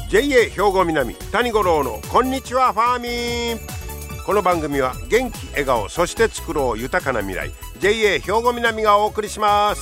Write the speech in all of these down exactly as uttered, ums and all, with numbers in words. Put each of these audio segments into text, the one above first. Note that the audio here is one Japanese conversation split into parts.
ジェイエー 兵庫南谷五郎のこんにちはファーミン。この番組は元気笑顔そして作ろう豊かな未来 ジェイエー 兵庫南がお送りします。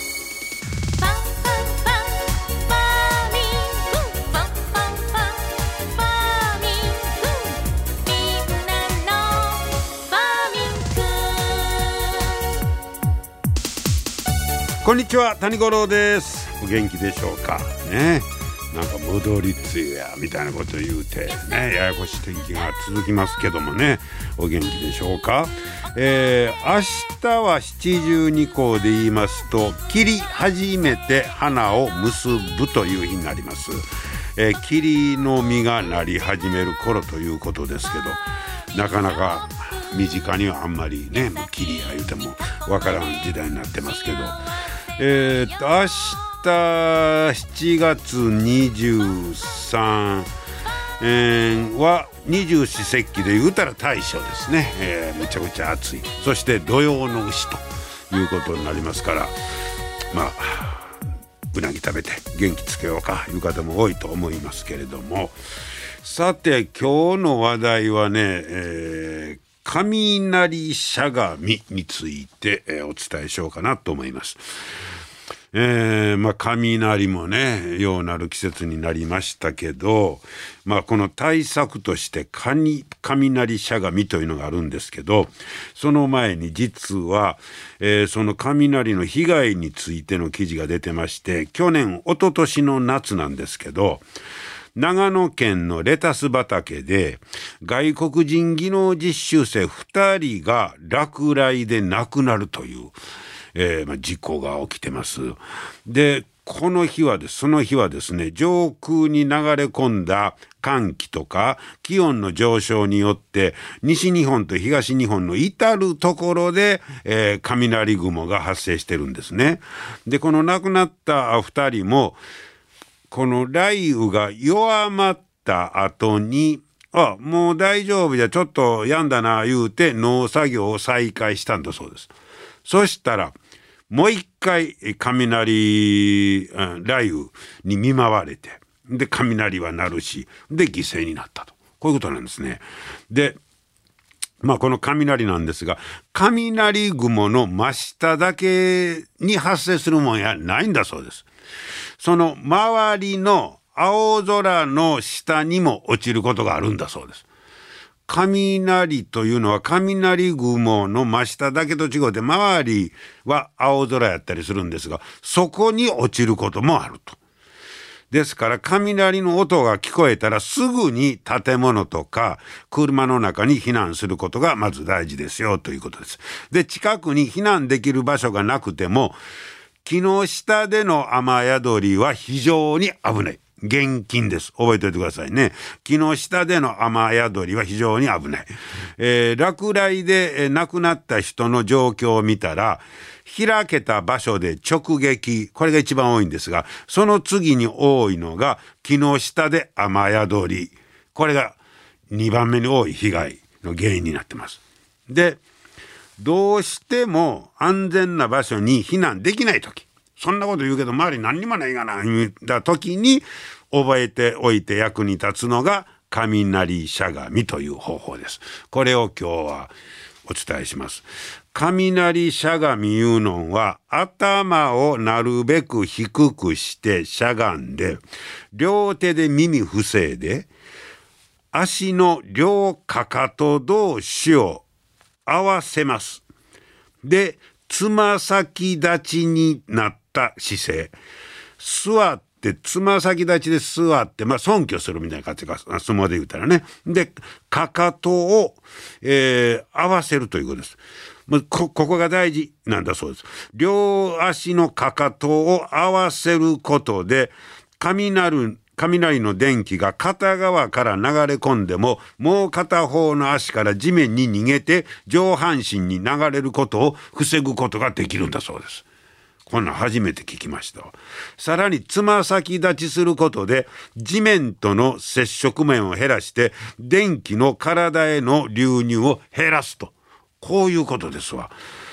こんにちは谷五郎です。お元気でしょうかね。なんか戻り梅雨やみたいなこと言うてね、ややこしい天気が続きますけどもね、お元気でしょうか。えー、明日は七十二候で言いますと切り始めて花を結ぶという日になります。えー、霧の実がなり始める頃ということですけど、なかなか身近にはあんまりね、もう霧や言うてもわからん時代になってますけど、えー、っと明日しちがつにじゅうさん、えー、は二十四節気で言うたら大暑ですね、えー、めちゃくちゃ暑い。そして土用の丑ということになりますから、まあうなぎ食べて元気つけようかいう方も多いと思いますけれども、さて今日の話題はね、えー、雷しゃがみについて、えー、お伝えしようかなと思います。えー、まあ雷もねようなる季節になりましたけど、まあこの対策として雷しゃがみというのがあるんですけど、その前に実は、えー、その雷の被害についての記事が出てまして、去年一昨年の夏なんですけど、長野県のレタス畑で外国人技能実習生ふたりが落雷で亡くなるという、えーまあ、事故が起きてます。でこの日はですその日はですね、上空に流れ込んだ寒気とか気温の上昇によって西日本と東日本の至るところで、えー、雷雲が発生してるんですね。でこの亡くなったふたりもこの雷雨が弱まった後に、あもう大丈夫じゃちょっとやんだな言うて農作業を再開したんだそうです。そしたらもう一回雷、うん、雷雨に見舞われて、で雷は鳴るし、で犠牲になったと、こういうことなんですね。でまあこの雷なんですが、雷雲の真下だけに発生するもんやないんだそうです。その周りの青空の下にも落ちることがあるんだそうです。雷というのは雷雲の真下だけと違って周りは青空やったりするんですが、そこに落ちることもあると。ですから雷の音が聞こえたらすぐに建物とか車の中に避難することがまず大事ですよということです。で近くに避難できる場所がなくても木の下での雨宿りは非常に危ない。厳禁です。覚えておいてくださいね。木の下での雨宿りは非常に危ない。えー、落雷で、えー、亡くなった人の状況を見たら、開けた場所で直撃、これが一番多いんですが、その次に多いのが木の下で雨宿り。これがにばんめに多い被害の原因になってます。で、どうしても安全な場所に避難できないとき、そんなこと言うけど周り何にもないがな言った時に覚えておいて役に立つのが雷しゃがみという方法です。これを今日はお伝えします。雷しゃがみいうのは頭をなるべく低くしてしゃがんで、両手で耳塞いで足の両かかと同士を合わせます。でつま先立ちになった姿勢、座ってつま先立ちで座って、まあ尊敬するみたいな感じか、相撲で言うたらね。でかかとを、えー、合わせるということです。こ, ここが大事なんだそうです。両足のかかとを合わせることで雷雷の電気が片側から流れ込んでももう片方の足から地面に逃げて上半身に流れることを防ぐことができるんだそうです。こんなん初めて聞きました。さらにつま先立ちすることで地面との接触面を減らして電気の体への流入を減らすと、こういうことですわ。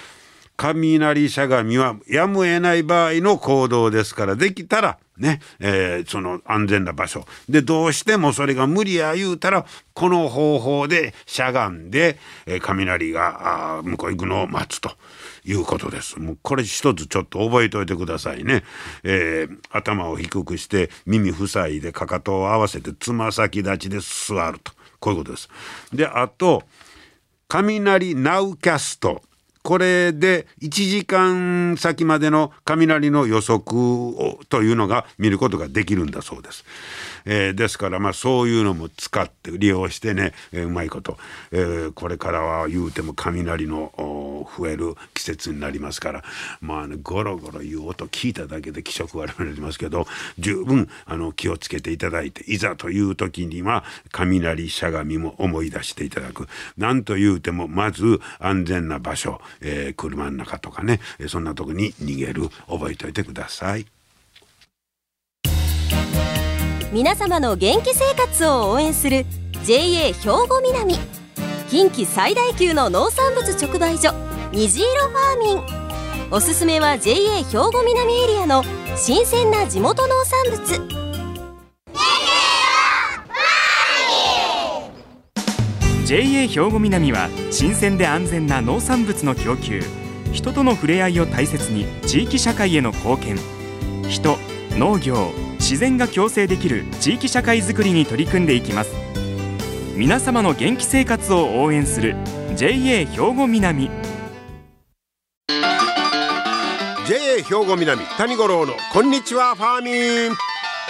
雷しゃがみはやむを得ない場合の行動ですから、できたらね、えー、その安全な場所で、どうしてもそれが無理や言うたらこの方法でしゃがんで、えー、雷があ向こう行くのを待つということです。もうこれ一つちょっと覚えておいてくださいね。えー、頭を低くして耳塞いでかかとを合わせてつま先立ちで座ると、こういうことです。で、あと雷ナウキャスト、これでいちじかん先までの雷の予測をというのが見ることができるんだそうです。えー、ですからまあそういうのも使って利用してね、えー、うまいこと、えー、これからは言うても雷の増える季節になりますから、まあね、ゴロゴロいう音聞いただけで気色悪くなりますけど、十分あの気をつけていただいて、いざという時には雷しゃがみも思い出していただく。なんと言うてもまず安全な場所、えー、車の中とかね、そんなとこに逃げる、覚えておいてください。 皆様の元気生活を応援する ジェイエー 兵庫南、近畿最大級の農産物直売所虹色ファーミン。おすすめは ジェイエー 兵庫南エリアの新鮮な地元農産物。 ジェイエー 兵庫南は新鮮で安全な農産物の供給、人との触れ合いを大切に地域社会への貢献、人、農業、自然が共生できる地域社会づくりに取り組んでいきます。皆様の元気生活を応援する ジェイエー 兵庫南。 ジェイエー 兵庫南谷五郎のこんにちはファーミン。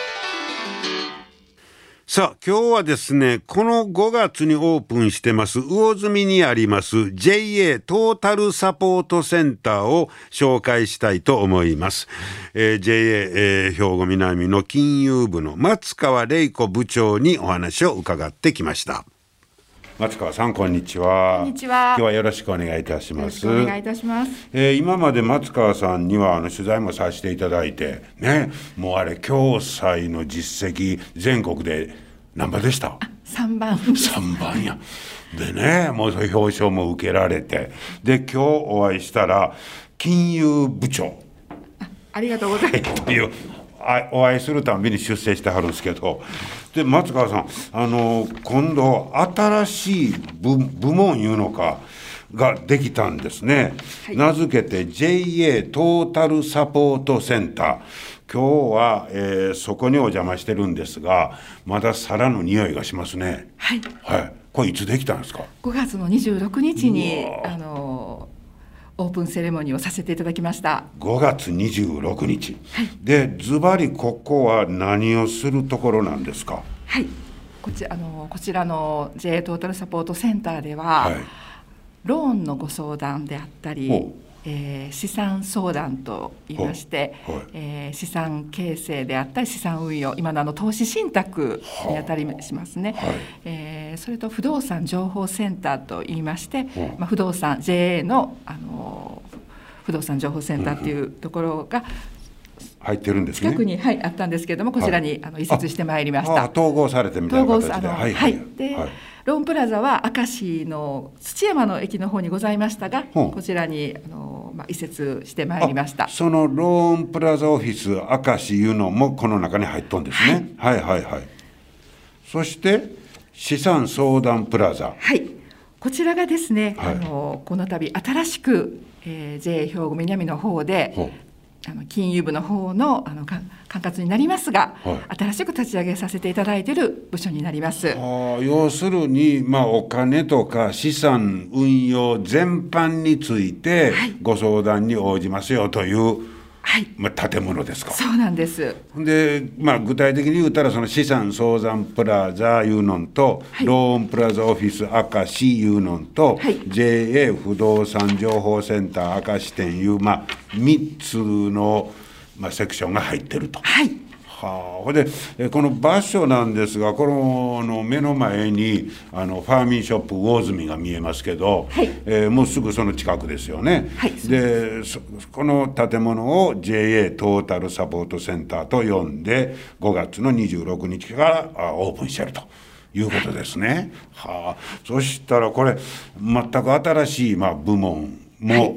さあ今日はですね、このごがつにオープンしてます魚住にあります ジェイエー トータルサポートセンターを紹介したいと思います。えー、ジェイエー、えー、兵庫南の金融部の松川玲子部長にお話を伺ってきました。松川さん、こんにちは。 こんにちは。 今日はよろしくお願いいたします。 よろしくお願いいたします。 えー、今まで松川さんにはあの取材もさせていただいてね、もうあれ共済の実績全国で何番でした？ さんばん。 さんばんや。でね、もうそういう表彰も受けられて、で今日お会いしたら金融部長。 あ、ありがとうございます。 っていうお会いするたびに出世してはるんですけど、で松川さん、あの今度新しい 部, 部門いうのかができたんですね。はい、名付けて ジェイエー トータルサポートセンター。今日は、えー、そこにお邪魔してるんですが、まだ皿の匂いがしますね。 はい。 はい。これいつできたんですか？ ごがつのにじゅうろくにちにあのオープンセレモニーをさせていただきました。 ごがつにじゅうろくにち。 はい。 でズバリここは何をするところなんですか？ はい。こちあのこちらの ジェイエー トータルサポートセンターでは、はい、ローンのご相談であったり、えー、資産相談といいまして、はい、えー、資産形成であったり資産運用、今のあの投資信託にあたりしますね。はい、えー、それと不動産情報センターといいまして、まあ、不動産 ジェイエー の、あの不動産情報センターというところが、 入ってるんですね。 近くに、はい、あったんですけれども、こちらに、はい、あの移設してまいりました。 統合されてみたいな形で、 統合、はい、 はい、 で、 はい、 ローンプラザは明石の土山の駅の方にございましたが、こちらにあの、まあ、移設してまいりました。 そのローンプラザオフィス明石いうのもこの中に入っとんですね。はい、はいはいはい。そして資産相談プラザ、 はい、こちらがですね、はい、あのこの度新しく、えー、ジェイエー 兵庫南の方であの金融部の方の、あの管轄になりますが、はい、新しく立ち上げさせていただいている部署になります。 あ、要するに、まあ、お金とか資産運用全般についてご相談に応じますよという、はい、まあ、建物ですか？ そうなんです。 で、まあ、具体的に言うたらその資産相談プラザいうのんと、はい、ローンプラザオフィス明石いうのんと、はい、ジェイエー 不動産情報センター明石店いう、まあ、みっつの、まあ、セクションが入ってると。 はい。 はあ、でこの場所なんですが、このの目の前にあのファーミンショップ魚住が見えますけど、はい、えー、もうすぐその近くですよね。はい、でこの建物を ジェイエー トータルサポートセンターと呼んでごがつのにじゅうろくにちからオープンしてるということですね。はあ、そしたらこれ全く新しい、まあ、部門も、はい、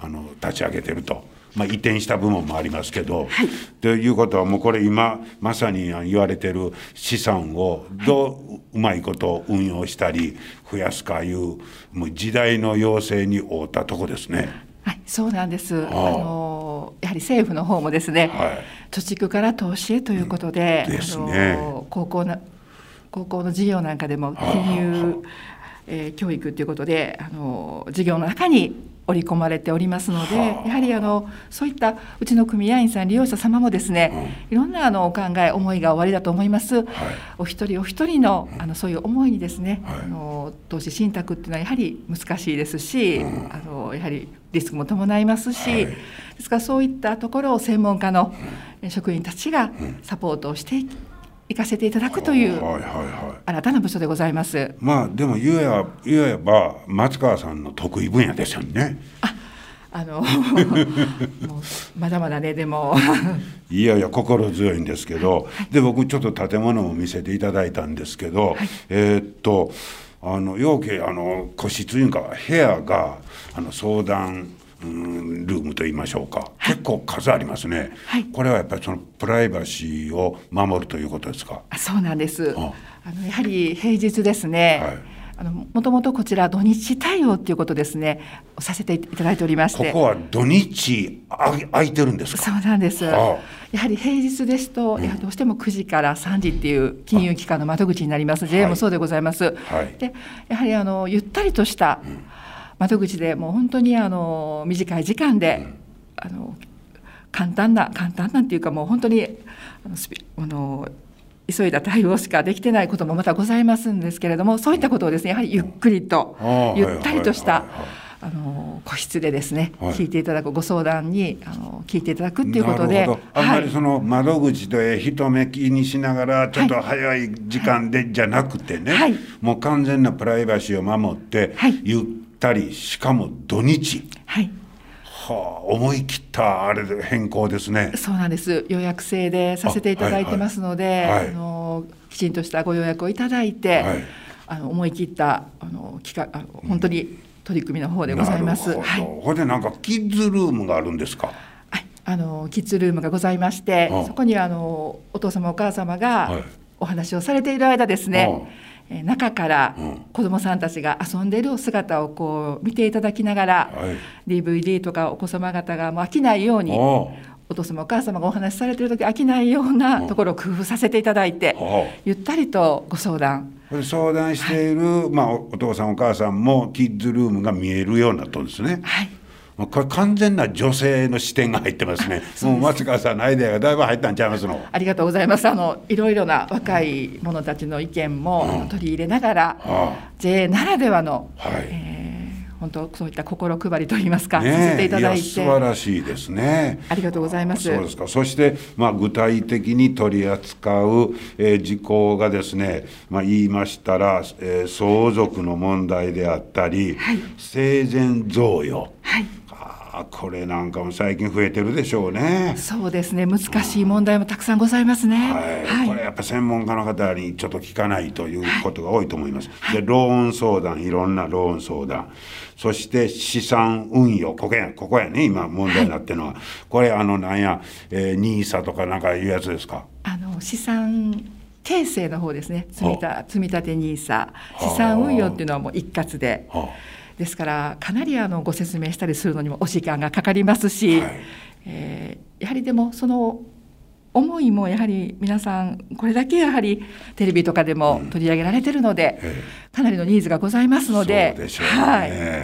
あの立ち上げてると。まあ、移転した部門もありますけど、 はい、 ということはもうこれ今まさに言われてる資産をどううまいこと運用したり増やすかいうもう時代の要請に応ったとこですね。 はい、そうなんです。あのやはり政府の方もですね、はい、貯蓄から投資へということで、うんですね、あの高校の高校の授業なんかでも金融、えー、教育ということであの授業の中に織り込まれておりますので、やはりあのそういったうちの組合員さん利用者様もですね、うん、いろんなあのお考え思いがおありだと思います、はい、お一人お一人の、あのそういう思いにですね、はい、あの投資信託っていうのはやはり難しいですし、うん、あのやはりリスクも伴いますし、はい、ですからそういったところを専門家の職員たちがサポートをしてい行かせていただくという新たな部署でございます。はいはいはい、 まあでも言えば言えば松川さんの得意分野ですよね。 あ、あのもうまだまだねでもいやいや心強いんですけど、はい、で僕ちょっと建物を見せていただいたんですけど、はい、えー、っとあの要件あの個室いうか部屋があの相談ルームと言いましょうか、結構数ありますね。はい、これはやっぱりそのプライバシーを守るということですか。 あ、そうなんです。ああのやはり平日ですね、はい、あのもともとこちら土日対応ということですねさせていただいておりまして。 ここは土日あ空いてるんですか。 そうなんです。ああやはり平日ですと、うん、いやどうしてもくじからさんじっていう金融機関の窓口になります。 ジェイエー もそうでございます。はい、でやはりあのゆったりとした、うん、窓口でもう本当にあの短い時間で、うん、あの簡単な簡単なんていうかもう本当にあのスピあの急いだ対応しかできてないこともまたございますんですけれども、そういったことをですねやはりゆっくりと、うん、ゆったりとしたあの個室でですね、はい、聞いていただくご相談にあの聞いていただくっていうことで、 あんまりその窓口で人目気にしながらちょっと早い時間で、はい、じゃなくてね、はい、もう完全なプライバシーを守って、はい、ゆったりしかも土日、はいはあ、思い切ったあれで変更ですね。 そうなんです。予約制でさせていただいてますので、はいはい、あのきちんとしたご予約をいただいて、はい、あの思い切ったあの企画あの本当に取り組みの方でございます。 はい、これでなんかキッズルームがあるんですか。 はい、あのキッズルームがございまして、ああそこにあのお父様お母様がお話をされている間ですね、ああ中から子どもさんたちが遊んでいるお姿をこう見ていただきながら、はい、ディーブイディー とかお子様方がもう飽きないように、お父様お母様がお話しされている時飽きないようなところを工夫させていただいて、ゆったりとご相談相談している、はい、まあ、お父さんお母さんもキッズルームが見えるようになったんですね。はい、これ完全な女性の視点が入ってますね。もう松川さんのアイデアがだいぶ入ったんちゃいますの。 ありがとうございます。あのいろいろな若い者たちの意見も取り入れながら、うん、ジェイエー ならではの、はい、えー、本当そういった心配りといいますか、ね、させていただいて、いや素晴らしいですね。 ありがとうございます。 そうですか。そして、まあ、具体的に取り扱う、えー、事項がですね、まあ、言いましたら、えー、相続の問題であったり、はい、生前贈与、はい、これなんかも最近増えてるでしょうね。 そうですね。難しい問題もたくさんございますね。 はいはい、これやっぱ専門家の方にちょっと聞かないということが多いと思います。はい、でローン相談、いろんなローン相談、そして資産運用、ここやここやね今問題になってるのは、はい、これあのなんや、えー、ニーサとかなんかいうやつですか。 あの資産形成の方ですね。積みた積み立てニーサ、資産運用っていうのはもう一括で。ですからかなりあのご説明したりするのにもお時間がかかりますし、はい、えー、やはりでもその思いもやはり皆さんこれだけやはりテレビとかでも取り上げられているので、うん、ええ、かなりのニーズがございますので、 そうでしょうね、はい、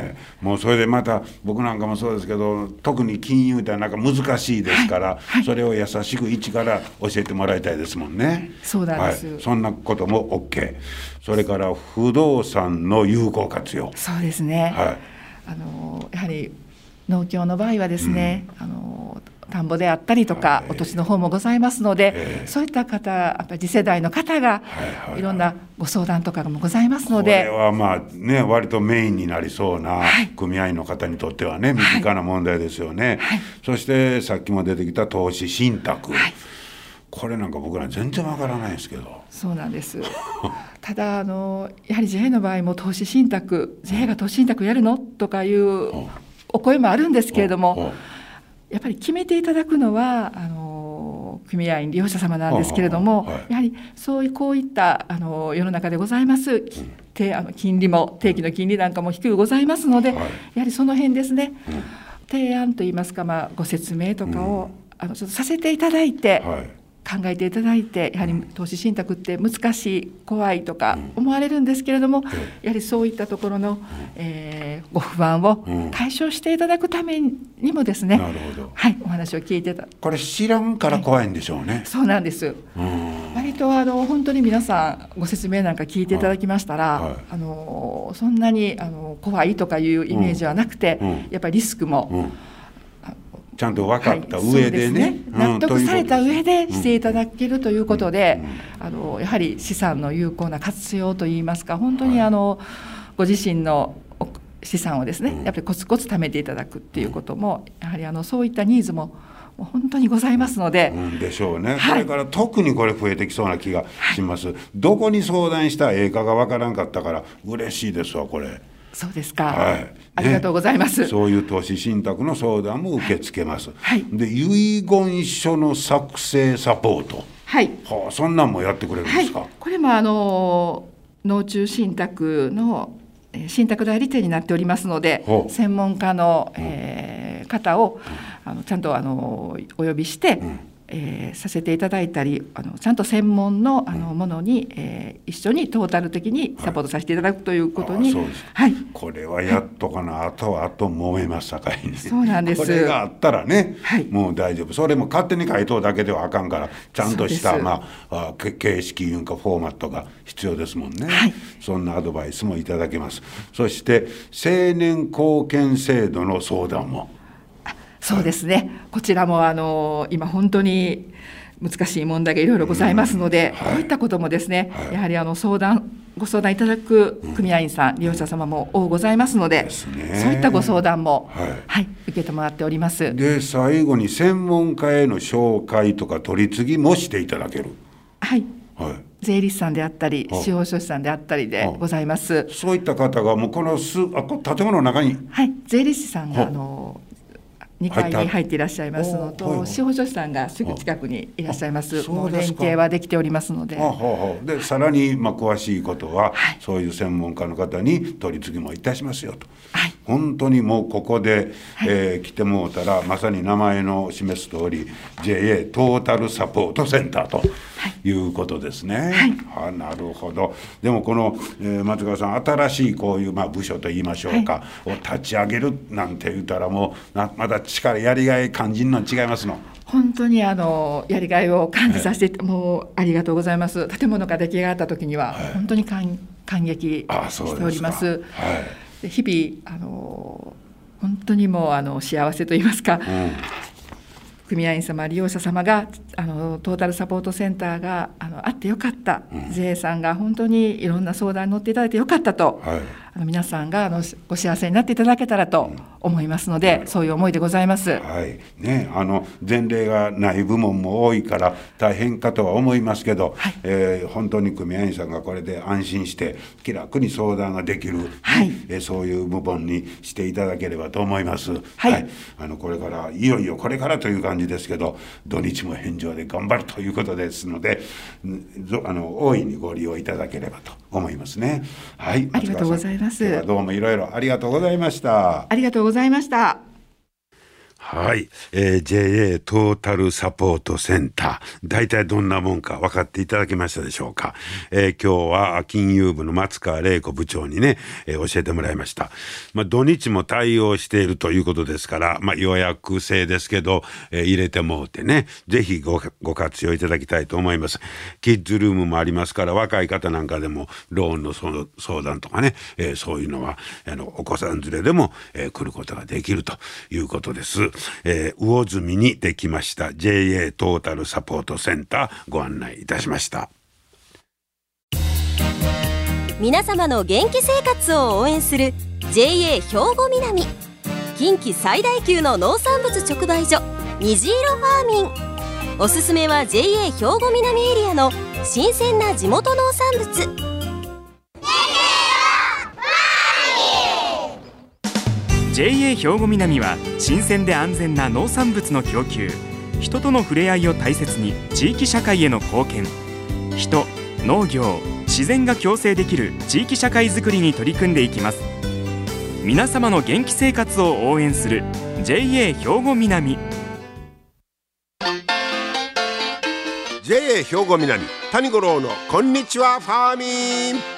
もうそれでまた僕なんかもそうですけど特に金融ってなんか難しいですから、はいはい、それを優しく一から教えてもらいたいですもんね。 そうなんです、 はい、そんなことも OK。 それから不動産の有効活用。 そうですね、はい、あのやはり農協の場合はですね、うん、あの田んぼであったりとか、はい、お土地の方もございますので、えー、そういった方やっぱり次世代の方がいろんなご相談とかもございますので、 これはまあね割とメインになりそうな組合の方にとってはね、はい、身近な問題ですよね、はい、そしてさっきも出てきた投資信託、はい、これなんか僕ら全然わからないんですけど。 そうなんですただあのやはり ジェイエー の場合も投資信託 ジェイエー が投資信託やるのとかいうお声もあるんですけれども、やっぱり決めていただくのはあの組合員利用者様なんですけれども、やはりそういうこういったあの世の中でございます、てあの金利も定期の金利なんかも低くございますので、やはりその辺ですね、提案といいますか、まあ、ご説明とかを、あのちょっとさせていただいて、考えていただいて、やはり投資信託って難しい怖いとか思われるんですけれども、やはりそういったところの、えー、ご不安を解消していただくためにもですね、 なるほど、 はい、お話を聞いてた。 これ知らんから怖いんでしょうね、はい、 そうなんです。割とあの本当に皆さんご説明なんか聞いていただきましたら、はい、あのそんなにあの怖いとかいうイメージはなくて、うんうん、やっぱりリスクも、うんちゃんと分かった上でね、はい、 ね、納得された上でしていただけるということで、あのやはり資産の有効な活用といいますか、本当にあの、はい、ご自身の資産をですね、やっぱりコツコツ貯めていただくっていうことも、やはりあのそういったニーズも本当にございますので、 うん、でしょうね、はい、これから特にこれ増えてきそうな気がします、はい、どこに相談したらええかが分からんかったから嬉しいですわこれ。 そうですか、 はい、 ありがとうございます、 ね、そういう投資信託の相談も受け付けます、はい、で遺言書の作成サポート、はい、はあ、そんなんもやってくれるんですか。 はい、これもあの農中信託の信託代理店になっておりますので、専門家の、えー、方をあのちゃんとあのお呼びして、うん、えー、させていただいたり、あのちゃんと専門のあのものに、えー、一緒にトータル的にサポートさせていただくということに、 はい、はい、これはやっとかな、はい、あとはあと揉めますさかいに。 そうなんです。 これがあったらね、はい、もう大丈夫。それも勝手に回答だけではあかんから、ちゃんとした、まあ、あ形式いうかフォーマットが必要ですもんね、はい、そんなアドバイスもいただけます。そして青年貢献制度の相談も、 そうですね、はい、こちらもあの今本当に難しい問題がいろいろございますので、うん、はい、こういったこともですね、はい、やはりあの相談ご相談いただく組合員さん、うん、利用者様も多ございますので、ですね、そういったご相談も、はいはい、受けてもらっております。 で最後に専門家への紹介とか取り次ぎもしていただける。 はい、はい、税理士さんであったり司法書士さんであったりでございます。 そういった方がもうこのすあ建物の中に、 はい、税理士さんがあのにかいに入っていらっしゃいますのと、司法書士さんがすぐ近くにいらっしゃいます。もう連携はできておりますので、はははでさらにまあ詳しいことは、はい、そういう専門家の方に取り次ぎもいたしますよと、はい、本当にもうここで、はい、えー、来てもうたらまさに名前の示す通り ジェイエー トータルサポートセンターということですね、はい、あなるほど。でもこの、えー、松川さん新しいこういう、まあ、部署といいましょうか、はい、を立ち上げるなんて言ったらもうなまだ力やりがい感じるの違いますの。 本当にあのやりがいを感じさせて、はい、もうありがとうございます。建物が出来上がった時には、はい、本当に感、感激しております。はい、で日々あの本当にもうあの幸せと言いますか、うん、組合員様利用者様があのトータルサポートセンターがあのあってよかった、うん、ジェイさんが本当にいろんな相談に乗っていただいてよかったと、はい、あの皆さんがあのご幸せになっていただけたらと思いますので、うん、そういう思いでございます。 はいね、あの前例がない部門も多いから大変かとは思いますけど、はい、えー、本当に組合員さんがこれで安心して気楽に相談ができる、はい、えー、そういう部門にしていただければと思います。はいはい、あのこれからいよいよこれからという感じですけど、土日も返上で頑張るということですので、あの大いにご利用いただければと思いますね。はい、 ありがとうございます。 今日はどうもいろいろありがとうございました。 ありがとうございました。 はい、えー、ジェイエー トータルサポートセンター、大体どんなもんか分かっていただけましたでしょうか。えー、今日は金融部の松川玲子部長にね、えー、教えてもらいました。まあ、土日も対応しているということですから、まあ、予約制ですけど、えー、入れてもうてね、ぜひ ご, ご活用いただきたいと思います。キッズルームもありますから、若い方なんかでもローンの相談とかね、えー、そういうのはあのお子さん連れでも、えー、来ることができるということです。えー、魚住にできました ジェイエー トータルサポートセンターご案内いたしました。 皆様の元気生活を応援する ジェイエー 兵庫南、近畿最大級の農産物直売所虹色ファーミン。おすすめは ジェイエー 兵庫南エリアの新鮮な地元農産物。 ジェイエー 兵庫南は新鮮で安全な農産物の供給、人との触れ合いを大切に地域社会への貢献、人、農業、自然が共生できる地域社会づくりに取り組んでいきます。皆様の元気生活を応援する ジェイエー 兵庫南。 ジェイエー 兵庫南谷五郎のこんにちはファーミン。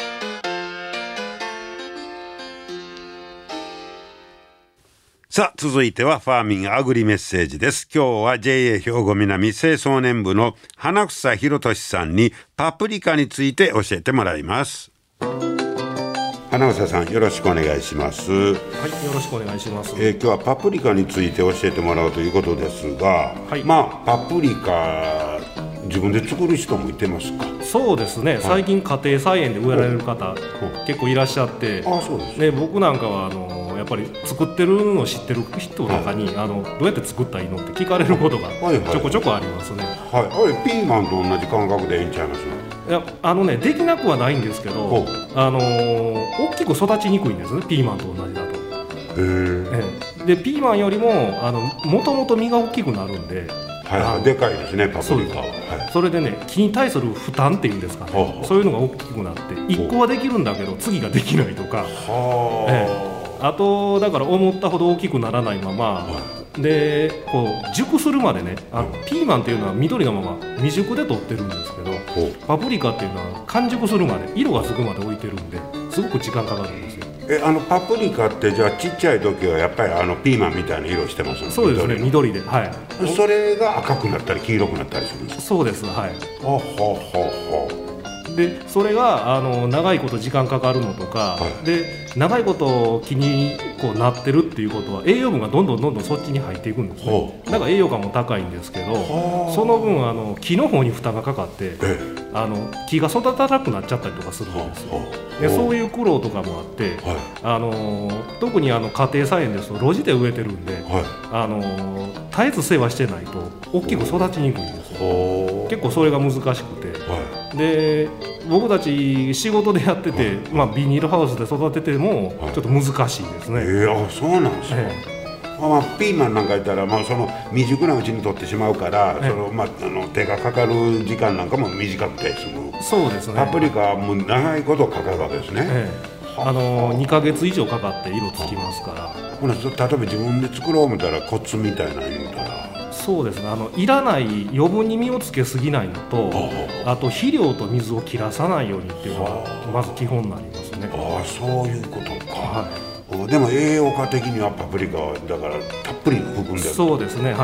さあ続いてはファーミンアグリメッセージです。今日は ジェイエー 兵庫南青少年部の花房博俊さんにパプリカについて教えてもらいます。花房さん、よろしくお願いします。 はい、よろしくお願いします。 えー、今日はパプリカについて教えてもらうということですが、はい、まあパプリカ自分で作る人もいてますか？ そうですね、はい、最近家庭菜園で植えられる方結構いらっしゃって、 あ、そうですね、僕なんかはあのやっぱり作ってるのを知ってる人の中に、はい、あのどうやって作ったらいいのって聞かれることがちょこちょこありますね。 はいはい、あれピーマンと同じ感覚でいいんちゃいます？ いや、あのね、できなくはないんですけど、あの大きく育ちにくいんですね、ピーマンと同じだと。 へー。 えでピーマンよりもあのもともと実が大きくなるんで、 はい、でかいですね、パプリカは。 そ, それでね、木に対する負担っていうんですかね、そういうのが大きくなっていっこはできるんだけど次ができないとか、ええ、あとだから思ったほど大きくならないままでこう熟するまでね、あピーマンっていうのは緑のまま未熟で取ってるんですけど、パプリカっていうのは完熟するまで色がつくまで置いてるんですごく時間かかるんですよ。 え、あのパプリカってじゃあちっちゃい時はやっぱりあのピーマンみたいな色してますよね。 そうですね、緑で、はい、 それが赤くなったり黄色くなったりするんですか？ そうです、はい。 ほほほほ。 でそれがあの長いこと時間かかるのとか、はい、で長いこと木にこうなってるっていうことは栄養分がどんどんどんどんそっちに入っていくんですね。だから栄養価も高いんですけど、その分あの木の方に負担がかかってあの木が育たなくなっちゃったりとかするんですよ。でそういう苦労とかもあって、はい、あの特にあの家庭菜園ですと露地で植えてるんで、はい、あの絶えず世話してないと大きく育ちにくいんですよ。結構それが難しくて、はい、で僕たち仕事でやってて、はい、まあ、ビニールハウスで育ててもちょっと難しいですね。はい、 えー、あ、そうなんですか。えーまあ、ピーマンなんかいったら、まあ、その未熟なうちに取ってしまうから、えーそのまあ、あの手がかかる時間なんかも短くて済む。 そうですね。 パプリカはもう長いことかかるわけですね。えー、あのにかげつ以上かかって色つきますから。 ほな、例えば自分で作ろう思ったらコツみたいなの言うたら。 そうですね、あのいらない余分に実をつけすぎないのと、あと肥料と水を切らさないようにっていうのがまず基本になりますね。 ああ、そういうことか。はい、でも栄養価的にはパプリカはだからたっぷり含んでる。 そうですね、はい。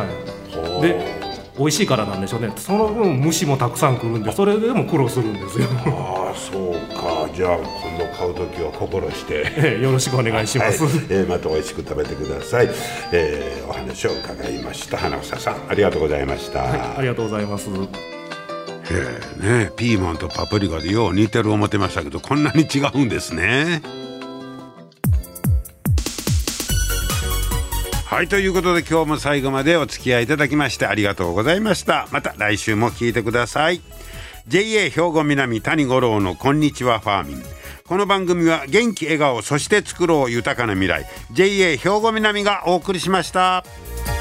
で美味しいからなんでしょうね。その分虫もたくさん来るんで、それでも苦労するんですよ。 ああ、そうか。じゃあ今度買うときは心して、 えー、よろしくお願いします。 はい、えー、また美味しく食べてください。えー、お話を伺いました。花房さん、ありがとうございました。 はい、ありがとうございます。 えー、ね、ピーマンとパプリカでよう似てる思ってましたけど、こんなに違うんですね。はい、ということで今日も最後までお付き合いいただきましてありがとうございました。また来週も聞いてください。 ジェイエー 兵庫南谷五郎のこんにちはファーミン。この番組は元気笑顔そして作ろう豊かな未来 ジェイエー 兵庫南がお送りしました。